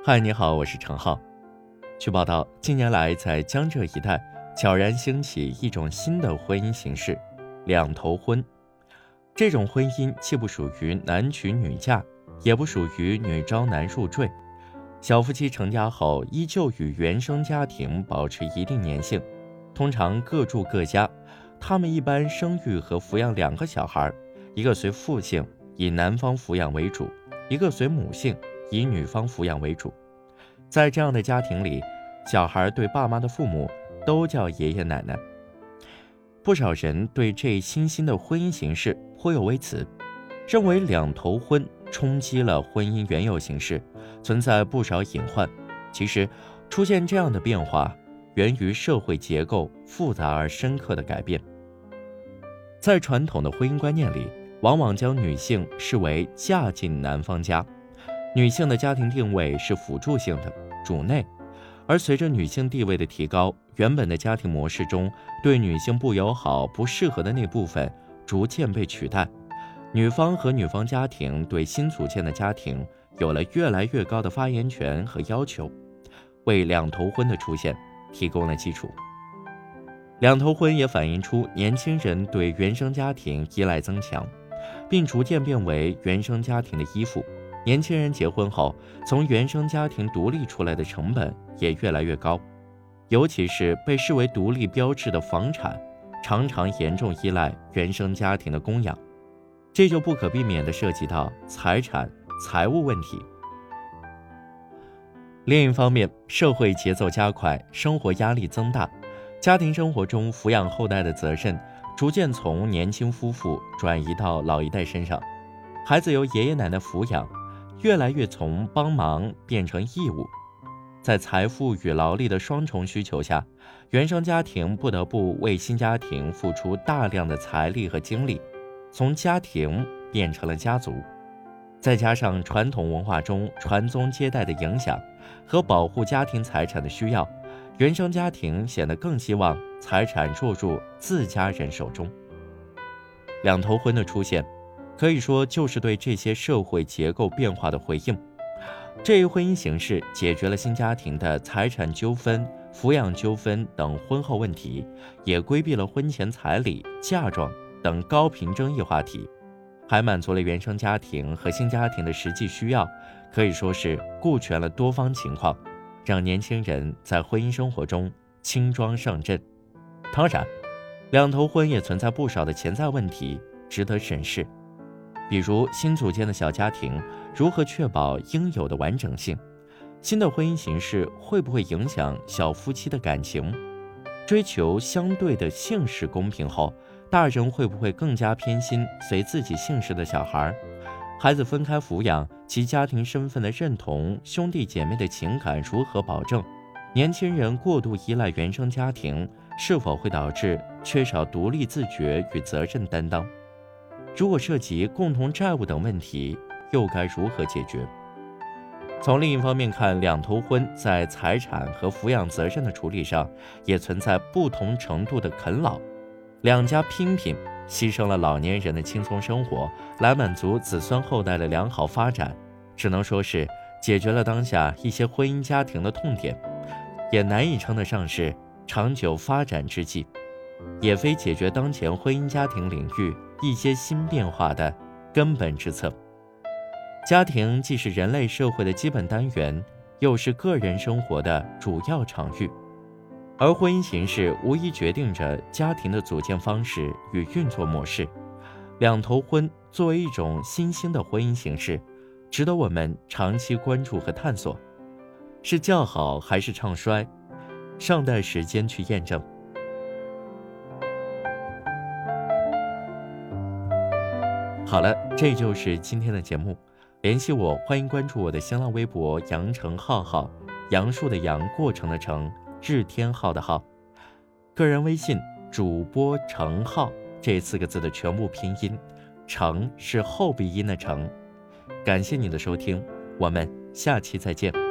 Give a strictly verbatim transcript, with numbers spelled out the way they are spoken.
嗨，你好，我是程浩。据报道，近年来在江浙一带悄然兴起一种新的婚姻形式——两头婚。这种婚姻既不属于男娶女嫁，也不属于女招男入赘，小夫妻成家后依旧与原生家庭保持一定粘性，通常各住各家。他们一般生育和抚养两个小孩，一个随父姓，以男方抚养为主；一个随母姓，以女方抚养为主。在这样的家庭里，小孩对爸妈的父母都叫爷爷奶奶。不少人对这新兴的婚姻形式颇有微词，认为两头婚冲击了婚姻原有形式，存在不少隐患。其实，出现这样的变化，源于社会结构复杂而深刻的改变。在传统的婚姻观念里，往往将女性视为嫁进男方家，女性的家庭定位是辅助性的，主内。而随着女性地位的提高，原本的家庭模式中对女性不友好、不适合的那部分逐渐被取代，女方和女方家庭对新组建的家庭有了越来越高的发言权和要求，为两头婚的出现提供了基础。两头婚也反映出年轻人对原生家庭依赖增强，并逐渐变为原生家庭的依附。年轻人结婚后，从原生家庭独立出来的成本也越来越高，尤其是被视为独立标志的房产，常常严重依赖原生家庭的供养，这就不可避免地涉及到财产、财务问题。另一方面，社会节奏加快，生活压力增大，家庭生活中抚养后代的责任逐渐从年轻夫妇转移到老一代身上，孩子由爷爷奶奶抚养，越来越从帮忙变成义务。在财富与劳力的双重需求下，原生家庭不得不为新家庭付出大量的财力和精力，从家庭变成了家族。再加上传统文化中传宗接代的影响和保护家庭财产的需要，原生家庭显得更希望财产落入自家人手中。两头婚的出现，可以说就是对这些社会结构变化的回应。这一婚姻形式解决了新家庭的财产纠纷、抚养纠纷等婚后问题，也规避了婚前彩礼、嫁妆等高频争议话题，还满足了原生家庭和新家庭的实际需要，可以说是顾全了多方情况，让年轻人在婚姻生活中轻装上阵。当然，两头婚也存在不少的潜在问题，值得审视。比如新组建的小家庭如何确保应有的完整性？新的婚姻形式会不会影响小夫妻的感情？追求相对的姓氏公平后，大人会不会更加偏心随自己姓氏的小孩？孩子分开抚养，其家庭身份的认同、兄弟姐妹的情感如何保证？年轻人过度依赖原生家庭，是否会导致缺少独立自觉与责任担当？如果涉及共同债务等问题，又该如何解决？从另一方面看，两头婚在财产和抚养责任的处理上，也存在不同程度的啃老。两家拼拼，牺牲了老年人的轻松生活，来满足子孙后代的良好发展，只能说是解决了当下一些婚姻家庭的痛点，也难以称得上是长久发展之计，也非解决当前婚姻家庭领域一些新变化的根本之策。家庭既是人类社会的基本单元，又是个人生活的主要场域，而婚姻形式无疑决定着家庭的组建方式与运作模式。两头婚作为一种新兴的婚姻形式，值得我们长期关注和探索。是较好还是唱衰，尚待时间去验证。好了，这就是今天的节目。联系我，欢迎关注我的新浪微博杨成浩号，杨树的杨，过程的程，日天浩的浩。个人微信主播程浩，这四个字的全部拼音，程是后鼻音的程。感谢你的收听，我们下期再见。